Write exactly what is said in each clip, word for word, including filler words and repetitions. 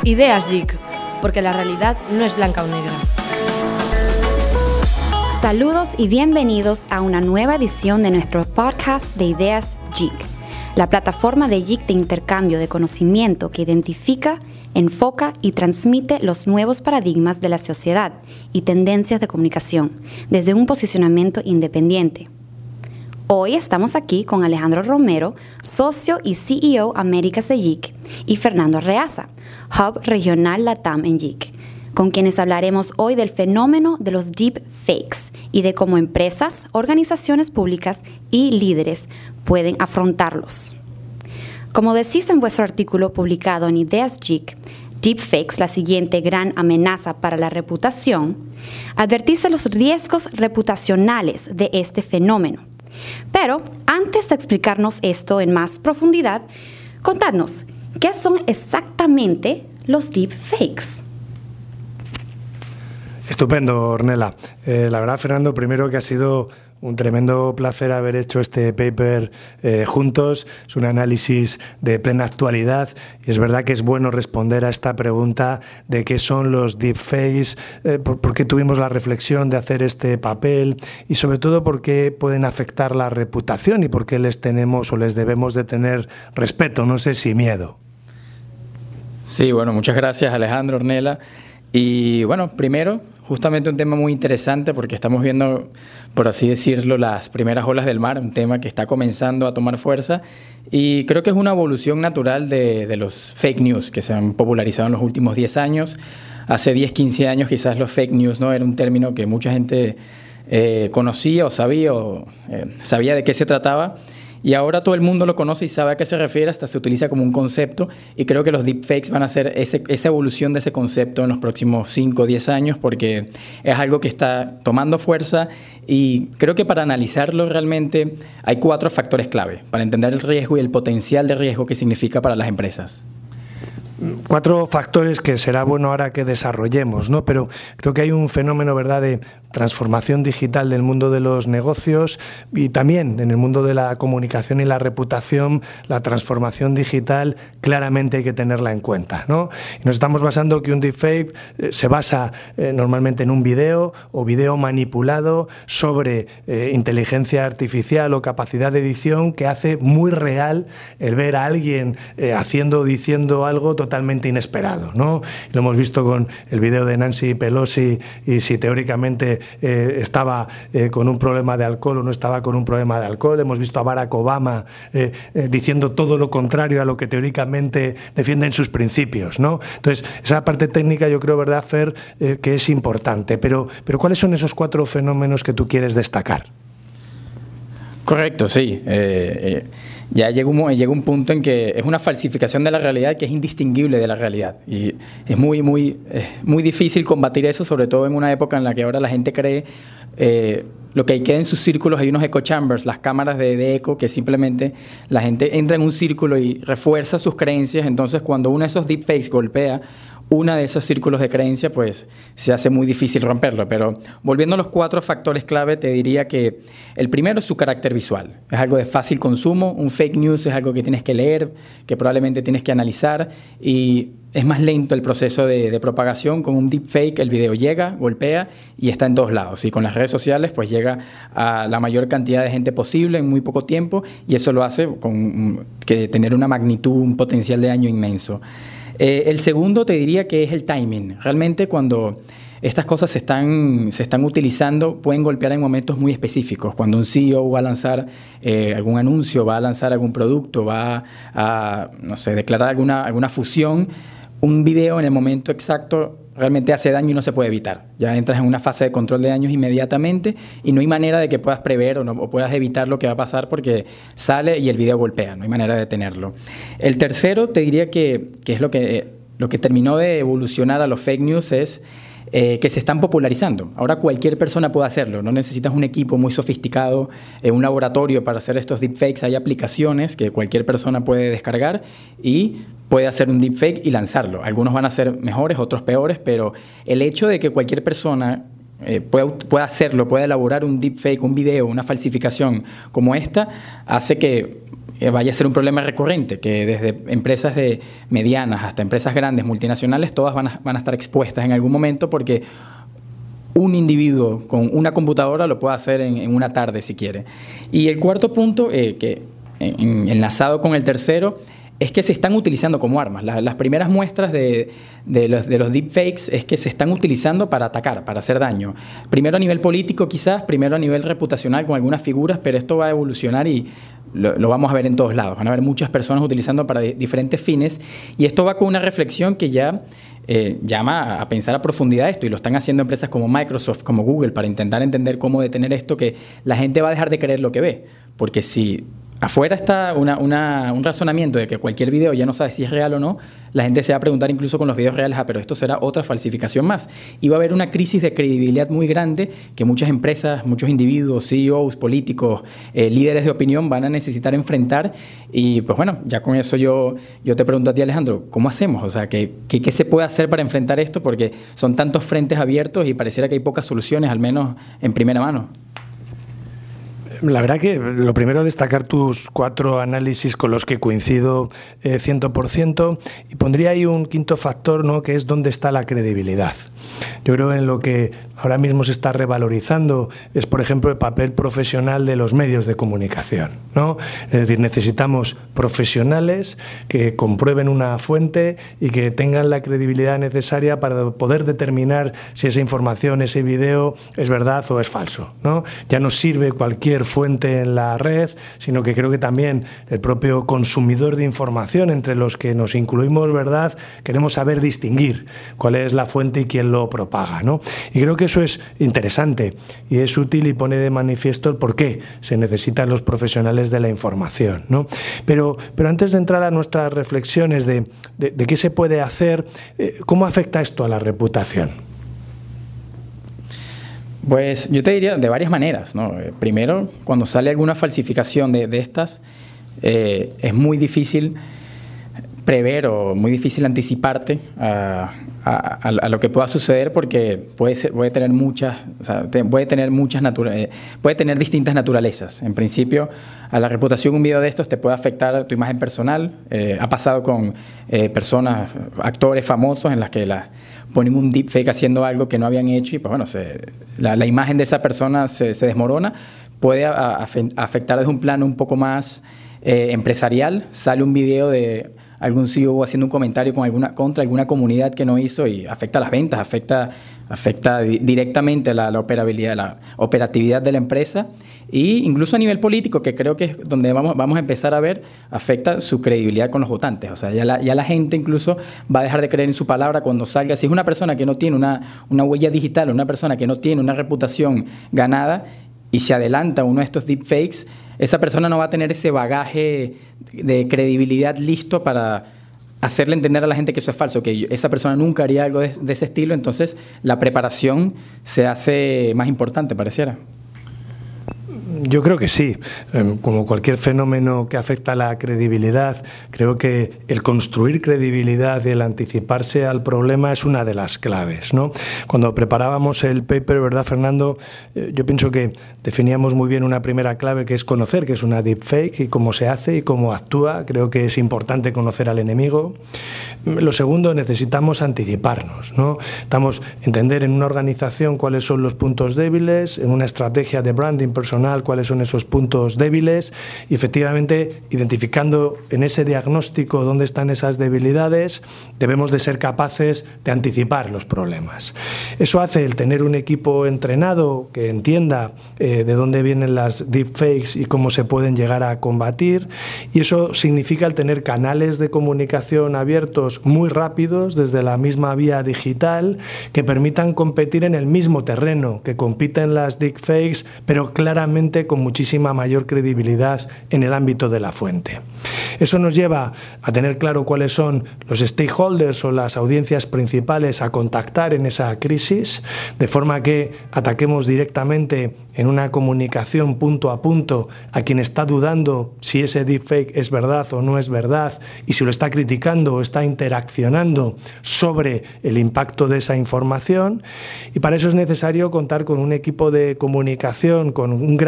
Ideas Geek, porque la realidad no es blanca o negra. Saludos y bienvenidos a una nueva edición de nuestro podcast de Ideas Geek, la plataforma de geek de intercambio de conocimiento que identifica, enfoca y transmite los nuevos paradigmas de la sociedad y tendencias de comunicación desde un posicionamiento independiente. Hoy estamos aquí con Alejandro Romero, socio y C E O Américas de Geek, y Fernando Arreaza, Hub Regional Latam en Geek, con quienes hablaremos hoy del fenómeno de los deepfakes y de cómo empresas, organizaciones públicas y líderes pueden afrontarlos. Como decís en vuestro artículo publicado en Ideas Geek, Deepfakes, la siguiente gran amenaza para la reputación, advertís de los riesgos reputacionales de este fenómeno. Pero antes de explicarnos esto en más profundidad, contadnos, ¿qué son exactamente los deepfakes? Estupendo, Ornella. Eh, la verdad, Fernando, primero que ha sido un tremendo placer haber hecho este paper eh, juntos. Es un análisis de plena actualidad y es verdad que es bueno responder a esta pregunta de qué son los deepfakes, eh, por, por qué tuvimos la reflexión de hacer este papel y sobre todo por qué pueden afectar la reputación y por qué les tenemos o les debemos de tener respeto, no sé si miedo. Sí, bueno, muchas gracias, Alejandro, Ornella. Y bueno, primero, justamente un tema muy interesante porque estamos viendo, por así decirlo, las primeras olas del mar, un tema que está comenzando a tomar fuerza y creo que es una evolución natural de, de los fake news que se han popularizado en los últimos diez años. Hace diez, quince años quizás los fake news no era un término que mucha gente eh, conocía o sabía o eh, sabía de qué se trataba. Y ahora todo el mundo lo conoce y sabe a qué se refiere, hasta se utiliza como un concepto y creo que los deepfakes van a ser ese, esa evolución de ese concepto en los próximos cinco o diez años porque es algo que está tomando fuerza y creo que para analizarlo realmente hay cuatro factores clave para entender el riesgo y el potencial de riesgo que significa para las empresas. Cuatro factores que será bueno ahora que desarrollemos, ¿no? Pero creo que hay un fenómeno, ¿verdad?, de transformación digital del mundo de los negocios y también en el mundo de la comunicación y la reputación, la transformación digital claramente hay que tenerla en cuenta, ¿no? Y nos estamos basando que un deepfake eh, se basa eh, normalmente en un video o video manipulado sobre eh, inteligencia artificial o capacidad de edición que hace muy real el ver a alguien eh, haciendo o diciendo algo totalmente inesperado, ¿no? Lo hemos visto con el video de Nancy Pelosi y si teóricamente Eh, estaba eh, con un problema de alcohol o no estaba con un problema de alcohol. Hemos visto a Barack Obama eh, eh, diciendo todo lo contrario a lo que teóricamente defienden sus principios, ¿no? Entonces, esa parte técnica yo creo, ¿verdad, Fer?, eh, que es importante. Pero, pero ¿cuáles son esos cuatro fenómenos que tú quieres destacar? Correcto, sí. Eh, eh, ya llega un, llega un punto en que es una falsificación de la realidad que es indistinguible de la realidad. Y es muy, muy, eh, muy difícil combatir eso, sobre todo en una época en la que ahora la gente cree eh, lo que queda en sus círculos. Hay unos echo chambers, las cámaras de, de eco, que simplemente la gente entra en un círculo y refuerza sus creencias. Entonces, cuando uno de esos deepfakes golpea una de esos círculos de creencia, pues se hace muy difícil romperlo. Pero volviendo a los cuatro factores clave, te diría que el primero es su carácter visual. Es algo de fácil consumo. Un fake news es algo que tienes que leer, que probablemente tienes que analizar y es más lento el proceso de, de propagación. Con un deepfake el video llega, golpea y está en todos lados. Y con las redes sociales pues llega a la mayor cantidad de gente posible en muy poco tiempo y eso lo hace con que tener una magnitud, un potencial de daño inmenso. Eh, el segundo te diría que es el timing. Realmente cuando estas cosas se están, se están utilizando pueden golpear en momentos muy específicos. Cuando un C E O va a lanzar eh, algún anuncio, va a lanzar algún producto, va a, no sé, declarar alguna, alguna fusión, un video en el momento exacto realmente hace daño y no se puede evitar. Ya entras en una fase de control de daños inmediatamente y no hay manera de que puedas prever o, no, o puedas evitar lo que va a pasar porque sale y el video golpea, no hay manera de detenerlo. El tercero te diría que, que es lo que, lo que terminó de evolucionar a los fake news es eh, que se están popularizando. Ahora cualquier persona puede hacerlo, no necesitas un equipo muy sofisticado, eh, un laboratorio para hacer estos deepfakes. Hay aplicaciones que cualquier persona puede descargar y puede hacer un deepfake y lanzarlo. Algunos van a ser mejores, otros peores, pero el hecho de que cualquier persona eh, pueda, pueda hacerlo, pueda elaborar un deepfake, un video, una falsificación como esta, hace que vaya a ser un problema recurrente, que desde empresas de medianas hasta empresas grandes, multinacionales, todas van a, van a estar expuestas en algún momento porque un individuo con una computadora lo puede hacer en, en una tarde si quiere. Y el cuarto punto, eh, que en, enlazado con el tercero, es que se están utilizando como armas. La, las primeras muestras de, de, los, de los deepfakes es que se están utilizando para atacar, para hacer daño. Primero a nivel político quizás, primero a nivel reputacional con algunas figuras, pero esto va a evolucionar y lo, lo vamos a ver en todos lados. Van a haber muchas personas utilizando para de, diferentes fines y esto va con una reflexión que ya eh, llama a, a pensar a profundidad esto y lo están haciendo empresas como Microsoft, como Google, para intentar entender cómo detener esto, que la gente va a dejar de creer lo que ve. Porque si afuera está una, una, un razonamiento de que cualquier video ya no sabe si es real o no, la gente se va a preguntar incluso con los videos reales, ah, pero esto será otra falsificación más. Y va a haber una crisis de credibilidad muy grande que muchas empresas, muchos individuos, C E Os, políticos, eh, líderes de opinión van a necesitar enfrentar. Y pues bueno, ya con eso yo, yo te pregunto a ti, Alejandro, ¿cómo hacemos? O sea, ¿qué, qué, ¿qué se puede hacer para enfrentar esto? Porque son tantos frentes abiertos y pareciera que hay pocas soluciones, al menos en primera mano. La verdad que lo primero, destacar tus cuatro análisis con los que coincido eh, cien por ciento, y pondría ahí un quinto factor, ¿no?, que es dónde está la credibilidad. Yo creo en lo que ahora mismo se está revalorizando es, por ejemplo, el papel profesional de los medios de comunicación, ¿no? Es decir, necesitamos profesionales que comprueben una fuente y que tengan la credibilidad necesaria para poder determinar si esa información, ese video es verdad o es falso, ¿no? Ya no sirve cualquier fuente en la red, sino que creo que también el propio consumidor de información, entre los que nos incluimos, ¿verdad?, queremos saber distinguir cuál es la fuente y quién lo propaga, ¿no? Y creo que eso es interesante y es útil y pone de manifiesto el por qué se necesitan los profesionales de la información, ¿no? Pero, pero antes de entrar a nuestras reflexiones de, de, de qué se puede hacer, eh, ¿cómo afecta esto a la reputación? Pues yo te diría de varias maneras, ¿no? Primero, cuando sale alguna falsificación de, de estas, eh, es muy difícil prever o muy difícil anticiparte a, a, a lo que pueda suceder porque puede, ser, puede tener muchas, o sea, te, puede tener muchas natura, eh, puede tener distintas naturalezas. En principio, a la reputación un video de estos te puede afectar a tu imagen personal. Eh, ha pasado con eh, personas, actores famosos en las que la ponen un deepfake haciendo algo que no habían hecho y pues bueno, se, la, la imagen de esa persona se, se desmorona. Puede a, a, afectar desde un plano un poco más eh, empresarial. Sale un video de algún C E O haciendo un comentario con alguna, contra alguna comunidad que no hizo y afecta las ventas, afecta, afecta directamente la, la operabilidad, la operatividad de la empresa e incluso a nivel político, que creo que es donde vamos, vamos a empezar a ver, afecta su credibilidad con los votantes. O sea, ya la, ya la gente incluso va a dejar de creer en su palabra cuando salga. Si es una persona que no tiene una, una huella digital o una persona que no tiene una reputación ganada y se adelanta uno de estos deepfakes, esa persona no va a tener ese bagaje de credibilidad listo para hacerle entender a la gente que eso es falso, que esa persona nunca haría algo de, de ese estilo. Entonces la preparación se hace más importante, pareciera. Yo creo que sí. Como cualquier fenómeno que afecta a la credibilidad, creo que el construir credibilidad y el anticiparse al problema es una de las claves, ¿no? Cuando preparábamos el paper, ¿verdad, Fernando? Yo pienso que definíamos muy bien una primera clave, que es conocer qué es una deepfake y cómo se hace y cómo actúa. Creo que es importante conocer al enemigo. Lo segundo, necesitamos anticiparnos, ¿no? Estamos entender en una organización cuáles son los puntos débiles, en una estrategia de branding personal cuáles son esos puntos débiles y efectivamente identificando en ese diagnóstico dónde están esas debilidades, debemos de ser capaces de anticipar los problemas. Eso hace el tener un equipo entrenado que entienda eh, de dónde vienen las deepfakes y cómo se pueden llegar a combatir, y eso significa el tener canales de comunicación abiertos muy rápidos desde la misma vía digital que permitan competir en el mismo terreno que compiten las deepfakes, pero claramente con muchísima mayor credibilidad en el ámbito de la fuente. Eso nos lleva a tener claro cuáles son los stakeholders o las audiencias principales a contactar en esa crisis, de forma que ataquemos directamente en una comunicación punto a punto a quien está dudando si ese deepfake es verdad o no es verdad y si lo está criticando o está interaccionando sobre el impacto de esa información. Y para eso es necesario contar con un equipo de comunicación con un gran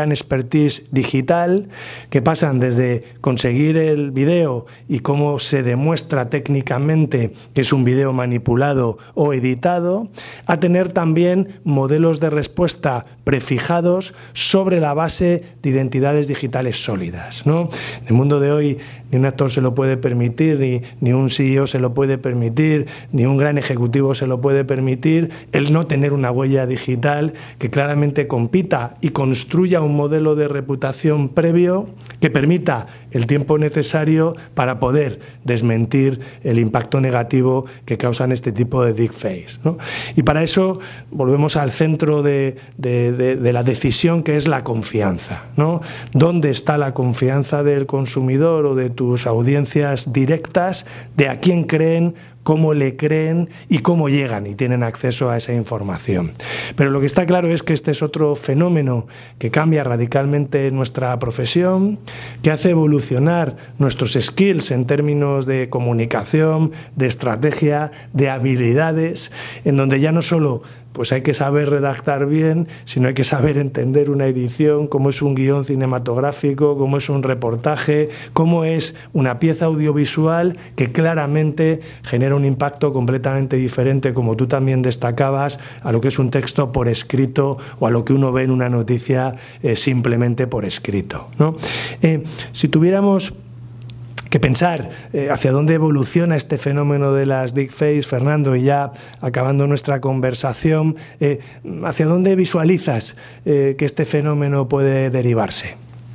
gran expertise digital, que pasan desde conseguir el video y cómo se demuestra técnicamente que es un video manipulado o editado, a tener también modelos de respuesta prefijados sobre la base de identidades digitales sólidas, ¿no? En el mundo de hoy ni un actor se lo puede permitir, ni, ni un C E O se lo puede permitir, ni un gran ejecutivo se lo puede permitir el no tener una huella digital que claramente compita y construya un modelo de reputación previo que permita el tiempo necesario para poder desmentir el impacto negativo que causan este tipo de deepfakes, ¿no? Y para eso volvemos al centro de, de, de, de la decisión, que es la confianza, ¿no? ¿Dónde está la confianza del consumidor o de tus audiencias directas, de a quién creen, cómo le creen y cómo llegan y tienen acceso a esa información? Pero lo que está claro es que este es otro fenómeno que cambia radicalmente nuestra profesión, que hace evolucionar nuestros skills en términos de comunicación, de estrategia, de habilidades, en donde ya no solo pues hay que saber redactar bien, sino hay que saber entender una edición, cómo es un guión cinematográfico, cómo es un reportaje, cómo es una pieza audiovisual que claramente genera un impacto completamente diferente, como tú también destacabas, a lo que es un texto por escrito o a lo que uno ve en una noticia eh, simplemente por escrito, ¿no? Eh, si tuviéramos que pensar eh, hacia dónde evoluciona este fenómeno de las deepfakes, Fernando, y ya acabando nuestra conversación, eh, ¿hacia dónde visualizas eh, que este fenómeno puede derivarse?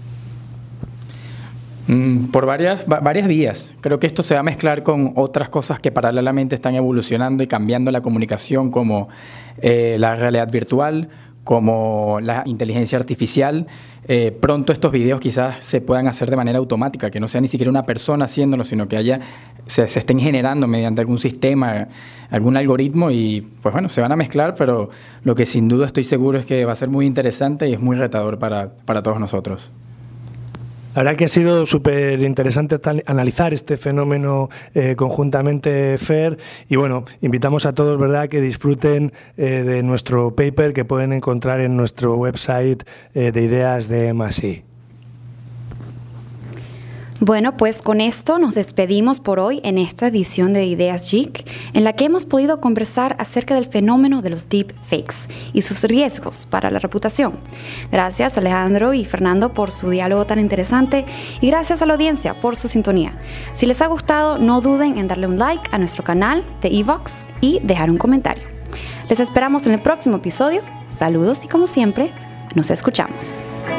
Mm, por varias, va, varias vías. Creo que esto se va a mezclar con otras cosas que paralelamente están evolucionando y cambiando la comunicación, como eh, la realidad virtual, como la inteligencia artificial. Eh, pronto estos videos quizás se puedan hacer de manera automática, que no sea ni siquiera una persona haciéndolo, sino que haya, se, se estén generando mediante algún sistema, algún algoritmo, y pues bueno, se van a mezclar, pero lo que sin duda estoy seguro es que va a ser muy interesante y es muy retador para, para todos nosotros. La verdad que ha sido súper interesante analizar este fenómeno eh, conjuntamente, Fer, y bueno, invitamos a todos, ¿verdad?, que disfruten eh, de nuestro paper que pueden encontrar en nuestro website eh, de ideas de M S I. Bueno, pues con esto nos despedimos por hoy en esta edición de Ideas Geek, en la que hemos podido conversar acerca del fenómeno de los deepfakes y sus riesgos para la reputación. Gracias Alejandro y Fernando por su diálogo tan interesante y gracias a la audiencia por su sintonía. Si les ha gustado, no duden en darle un like a nuestro canal de Evox y dejar un comentario. Les esperamos en el próximo episodio. Saludos y como siempre, nos escuchamos.